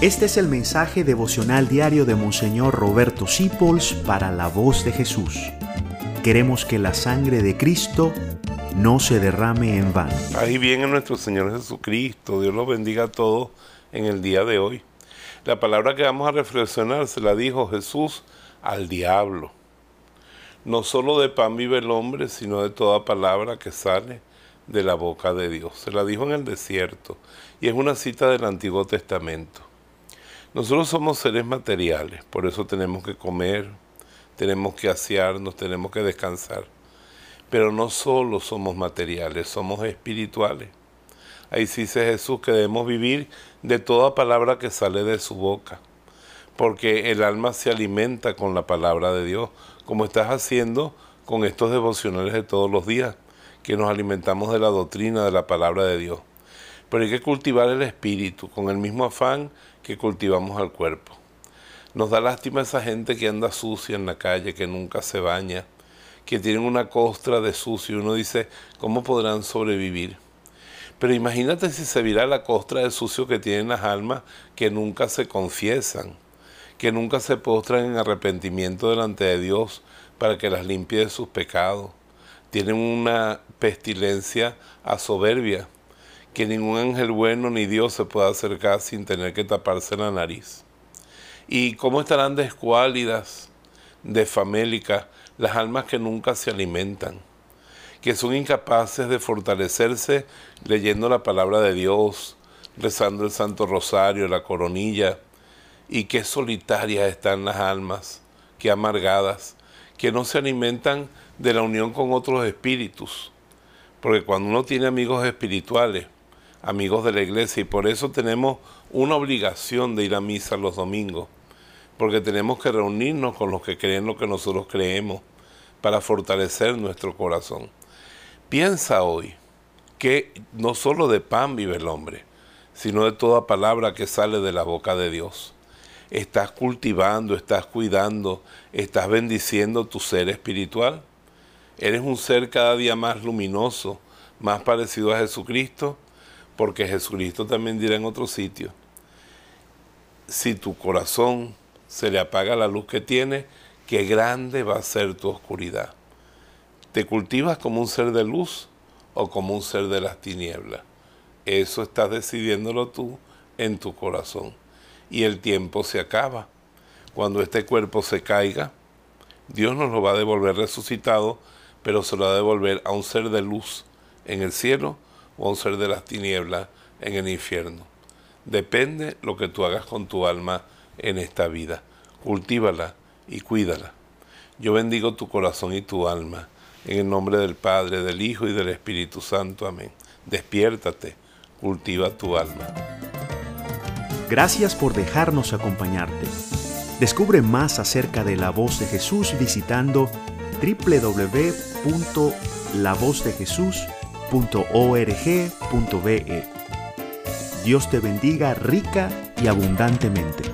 Este es el mensaje devocional diario de Monseñor Roberto Sipols para la Voz de Jesús. Queremos que la sangre de Cristo no se derrame en vano. Paz y bien en nuestro Señor Jesucristo. Dios los bendiga a todos en el día de hoy. La palabra que vamos a reflexionar se la dijo Jesús al diablo. No solo de pan vive el hombre, sino de toda palabra que sale de la boca de Dios. Se la dijo en el desierto y es una cita del Antiguo Testamento. Nosotros somos seres materiales, por eso tenemos que comer, tenemos que asearnos, tenemos que descansar. Pero no solo somos materiales, somos espirituales. Ahí sí dice Jesús que debemos vivir de toda palabra que sale de su boca, porque el alma se alimenta con la palabra de Dios, como estás haciendo con estos devocionales de todos los días, que nos alimentamos de la doctrina de la palabra de Dios. Pero hay que cultivar el espíritu con el mismo afán que cultivamos al cuerpo. Nos da lástima esa gente que anda sucia en la calle, que nunca se baña, que tienen una costra de sucio y uno dice, ¿cómo podrán sobrevivir? Pero imagínate si se viera la costra de sucio que tienen las almas que nunca se confiesan, que nunca se postran en arrepentimiento delante de Dios para que las limpie de sus pecados. Tienen una pestilencia a soberbia, que ningún ángel bueno ni Dios se pueda acercar sin tener que taparse la nariz. ¿Y cómo estarán de escuálidas, de famélicas, las almas que nunca se alimentan, que son incapaces de fortalecerse leyendo la palabra de Dios, rezando el Santo Rosario, la coronilla, y qué solitarias están las almas, qué amargadas, que no se alimentan de la unión con otros espíritus? Porque cuando uno tiene amigos espirituales, amigos de la iglesia, y por eso tenemos una obligación de ir a misa los domingos, porque tenemos que reunirnos con los que creen lo que nosotros creemos para fortalecer nuestro corazón. Piensa hoy que no solo de pan vive el hombre, sino de toda palabra que sale de la boca de Dios. Estás cultivando, estás cuidando, estás bendiciendo tu ser espiritual. Eres un ser cada día más luminoso, más parecido a Jesucristo, porque Jesucristo también dirá en otro sitio, si tu corazón se le apaga la luz que tiene, qué grande va a ser tu oscuridad. ¿Te cultivas como un ser de luz o como un ser de las tinieblas? Eso estás decidiéndolo tú en tu corazón. Y el tiempo se acaba. Cuando este cuerpo se caiga, Dios nos lo va a devolver resucitado, pero se lo va a devolver a un ser de luz en el cielo o a un ser de las tinieblas en el infierno. Depende lo que tú hagas con tu alma en esta vida. Cultívala y cuídala. Yo bendigo tu corazón y tu alma en el nombre del Padre, del Hijo y del Espíritu Santo. Amén. Despiértate, cultiva tu alma. Gracias por dejarnos acompañarte. Descubre más acerca de la Voz de Jesús visitando www.lavozdejesús.org.be. Dios te bendiga rica y abundantemente.